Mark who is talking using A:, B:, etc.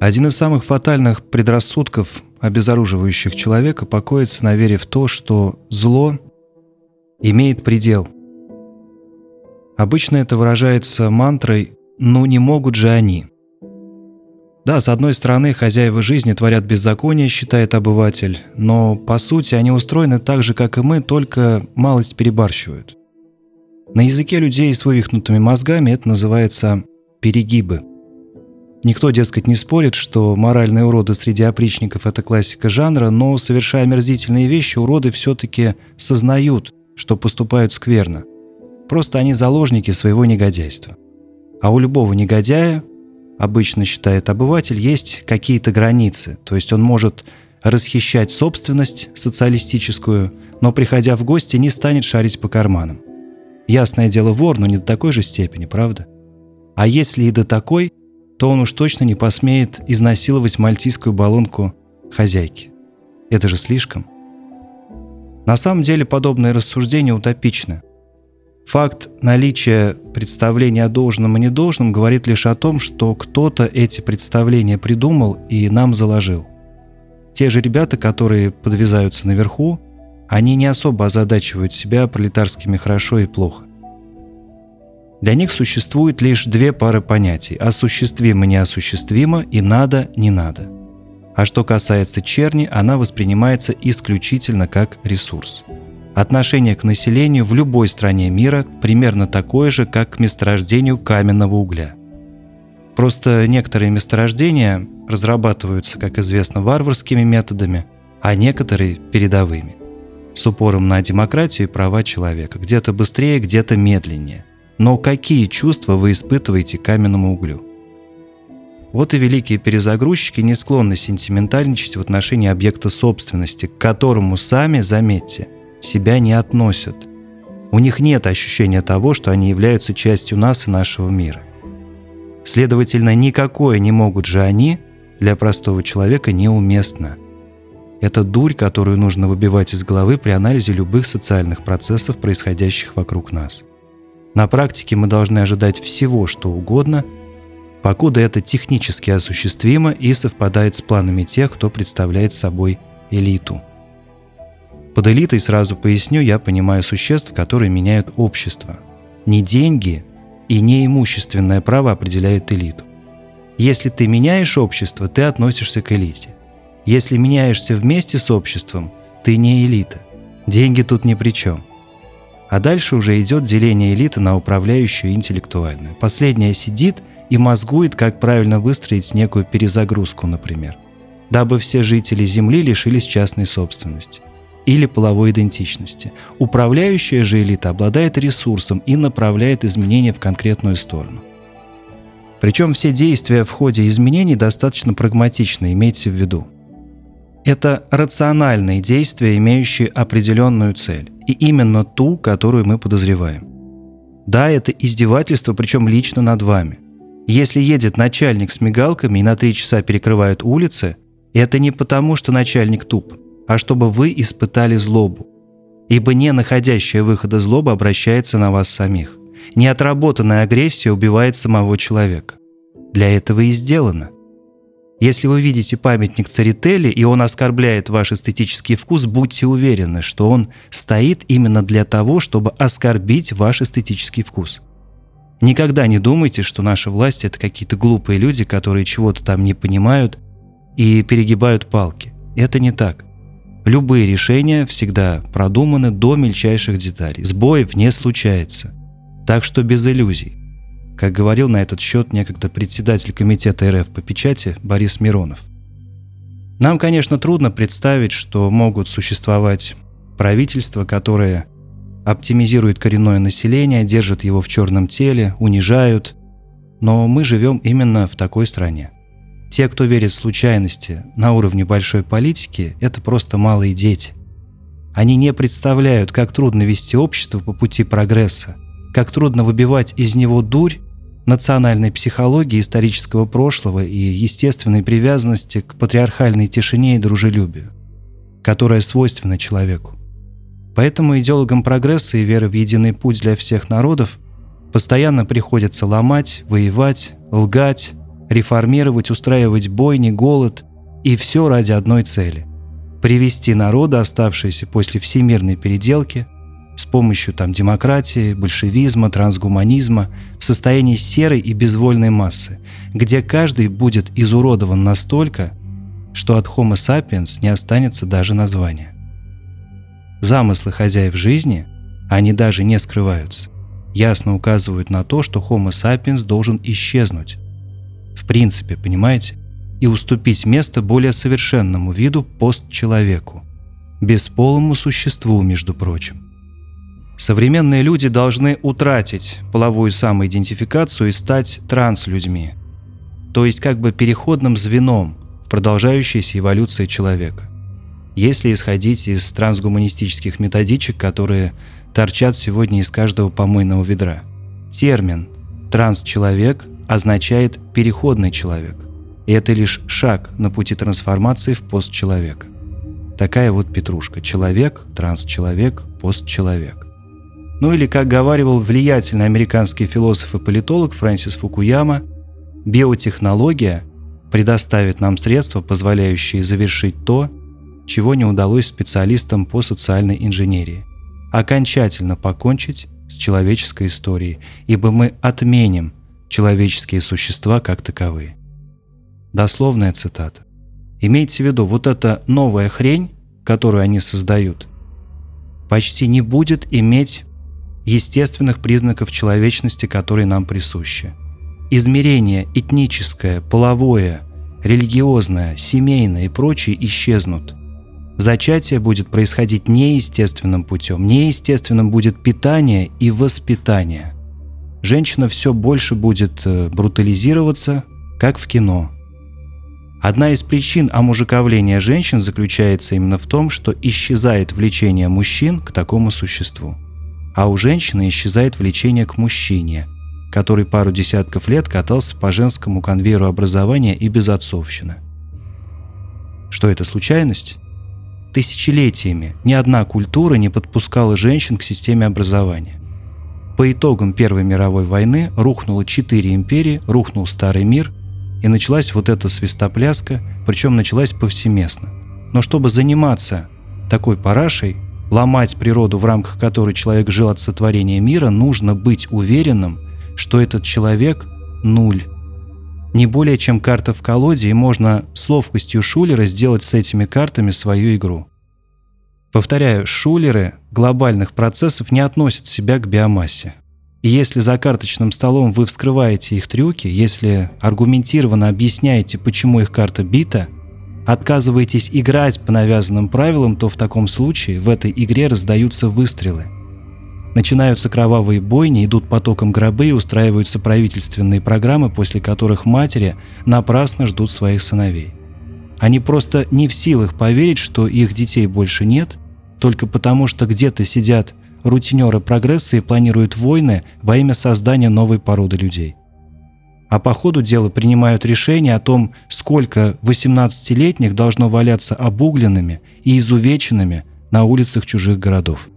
A: Один из самых фатальных предрассудков, обезоруживающих человека, покоится на вере в то, что зло имеет предел. Обычно это выражается мантрой «ну не могут же они». Да, с одной стороны, хозяева жизни творят беззаконие, считает обыватель, но, по сути, они устроены так же, как и мы, только малость перебарщивают. На языке людей с вывихнутыми мозгами это называется перегибы. Никто, дескать, не спорит, что моральные уроды среди опричников – это классика жанра, но, совершая омерзительные вещи, уроды все-таки сознают, что поступают скверно. Просто они заложники своего негодяйства. А у любого негодяя, обычно считает обыватель, есть какие-то границы. То есть он может расхищать собственность социалистическую, но, приходя в гости, не станет шарить по карманам. Ясное дело, вор, но не до такой же степени, правда? А если и до такой, то он уж точно не посмеет изнасиловать мальтийскую баллонку хозяйки. Это же слишком. На самом деле подобное рассуждение утопично. Факт наличия представления о должном и недолжном говорит лишь о том, что кто-то эти представления придумал и нам заложил. Те же ребята, которые подвязаются наверху, они не особо озадачивают себя пролетарскими «хорошо» и «плохо». Для них существует лишь две пары понятий – осуществимо, неосуществимо и надо, не надо. А что касается черни, она воспринимается исключительно как ресурс. Отношение к населению в любой стране мира примерно такое же, как к месторождению каменного угля. Просто некоторые месторождения разрабатываются, как известно, варварскими методами, а некоторые – передовыми, с упором на демократию и права человека, где-то быстрее, где-то медленнее. Но какие чувства вы испытываете к каменному углю? Вот и великие перезагрузчики не склонны сентиментальничать в отношении объекта собственности, к которому сами, заметьте, себя не относят. У них нет ощущения того, что они являются частью нас и нашего мира. Следовательно, никакое «не могут же они» для простого человека неуместно. Это дурь, которую нужно выбивать из головы при анализе любых социальных процессов, происходящих вокруг нас. На практике мы должны ожидать всего, что угодно, покуда это технически осуществимо и совпадает с планами тех, кто представляет собой элиту. Под элитой, сразу поясню, я понимаю существ, которые меняют общество. Не деньги и не имущественное право определяют элиту. Если ты меняешь общество, ты относишься к элите. Если меняешься вместе с обществом, ты не элита. Деньги тут ни при чем. А дальше уже идет деление элиты на управляющую и интеллектуальную. Последняя сидит и мозгует, как правильно выстроить некую перезагрузку, например, дабы все жители Земли лишились частной собственности или половой идентичности. Управляющая же элита обладает ресурсом и направляет изменения в конкретную сторону. Причем все действия в ходе изменений достаточно прагматичны, имейте в виду. Это рациональные действия, имеющие определенную цель, и именно ту, которую мы подозреваем. Да, это издевательство, причем лично над вами. Если едет начальник с мигалками и на 3 часа перекрывает улицы, это не потому, что начальник туп, а чтобы вы испытали злобу. Ибо не находящая выхода злоба обращается на вас самих. Неотработанная агрессия убивает самого человека. Для этого и сделано. Если вы видите памятник Церетели, и он оскорбляет ваш эстетический вкус, будьте уверены, что он стоит именно для того, чтобы оскорбить ваш эстетический вкус. Никогда не думайте, что наша власть – это какие-то глупые люди, которые чего-то там не понимают и перегибают палки. Это не так. Любые решения всегда продуманы до мельчайших деталей. Сбоев не случается. Так что без иллюзий. Как говорил на этот счет некогда председатель комитета РФ по печати Борис Миронов. Нам, конечно, трудно представить, что могут существовать правительства, которые оптимизируют коренное население, держат его в черном теле, унижают. Но мы живем именно в такой стране. Те, кто верит в случайности на уровне большой политики, это просто малые дети. Они не представляют, как трудно вести общество по пути прогресса, как трудно выбивать из него дурь национальной психологии, исторического прошлого и естественной привязанности к патриархальной тишине и дружелюбию, которая свойственна человеку. Поэтому идеологам прогресса и веры в единый путь для всех народов постоянно приходится ломать, воевать, лгать, реформировать, устраивать бойни, голод, и все ради одной цели – привести народы, оставшиеся после всемирной переделки, с помощью демократии, большевизма, трансгуманизма, в состоянии серой и безвольной массы, где каждый будет изуродован настолько, что от Homo sapiens не останется даже названия. Замыслы хозяев жизни, они даже не скрываются, ясно указывают на то, что Homo sapiens должен исчезнуть. В принципе, понимаете? И уступить место более совершенному виду постчеловеку, бесполому существу, между прочим. Современные люди должны утратить половую самоидентификацию и стать транслюдьми, то есть переходным звеном в продолжающейся эволюции человека. Если исходить из трансгуманистических методичек, которые торчат сегодня из каждого помойного ведра. Термин «трансчеловек» означает «переходный человек», и это лишь шаг на пути трансформации в постчеловека. Такая вот петрушка: человек, трансчеловек, постчеловек. Или, как говаривал влиятельный американский философ и политолог Фрэнсис Фукуяма, биотехнология предоставит нам средства, позволяющие завершить то, чего не удалось специалистам по социальной инженерии – окончательно покончить с человеческой историей, ибо мы отменим человеческие существа как таковые. Дословная цитата. Имейте в виду, вот эта новая хрень, которую они создают, почти не будет иметь естественных признаков человечности, которые нам присущи. Измерения этническое, половое, религиозное, семейное и прочие исчезнут. Зачатие будет происходить неестественным путем. Неестественным будет питание и воспитание. Женщина все больше будет брутализироваться, как в кино. Одна из причин омужиковления женщин заключается именно в том, что исчезает влечение мужчин к такому существу. А у женщины исчезает влечение к мужчине, который пару десятков лет катался по женскому конвейеру образования и безотцовщины. Что это, случайность? Тысячелетиями ни одна культура не подпускала женщин к системе образования. По итогам Первой мировой войны рухнуло 4 империи, рухнул Старый мир, и началась вот эта свистопляска, причем началась повсеместно. Но чтобы заниматься такой парашей, ломать природу, в рамках которой человек жил от сотворения мира, нужно быть уверенным, что этот человек – нуль. Не более чем карта в колоде, и можно с ловкостью шулера сделать с этими картами свою игру. Повторяю, шулеры глобальных процессов не относят себя к биомассе. И если за карточным столом вы вскрываете их трюки, если аргументированно объясняете, почему их карта бита, отказываетесь играть по навязанным правилам, то в таком случае в этой игре раздаются выстрелы. Начинаются кровавые бойни, идут потоком гробы и устраиваются правительственные программы, после которых матери напрасно ждут своих сыновей. Они просто не в силах поверить, что их детей больше нет, только потому что где-то сидят рутинеры прогресса и планируют войны во имя создания новой породы людей. А по ходу дела принимают решение о том, сколько 18-летних должно валяться обугленными и изувеченными на улицах чужих городов.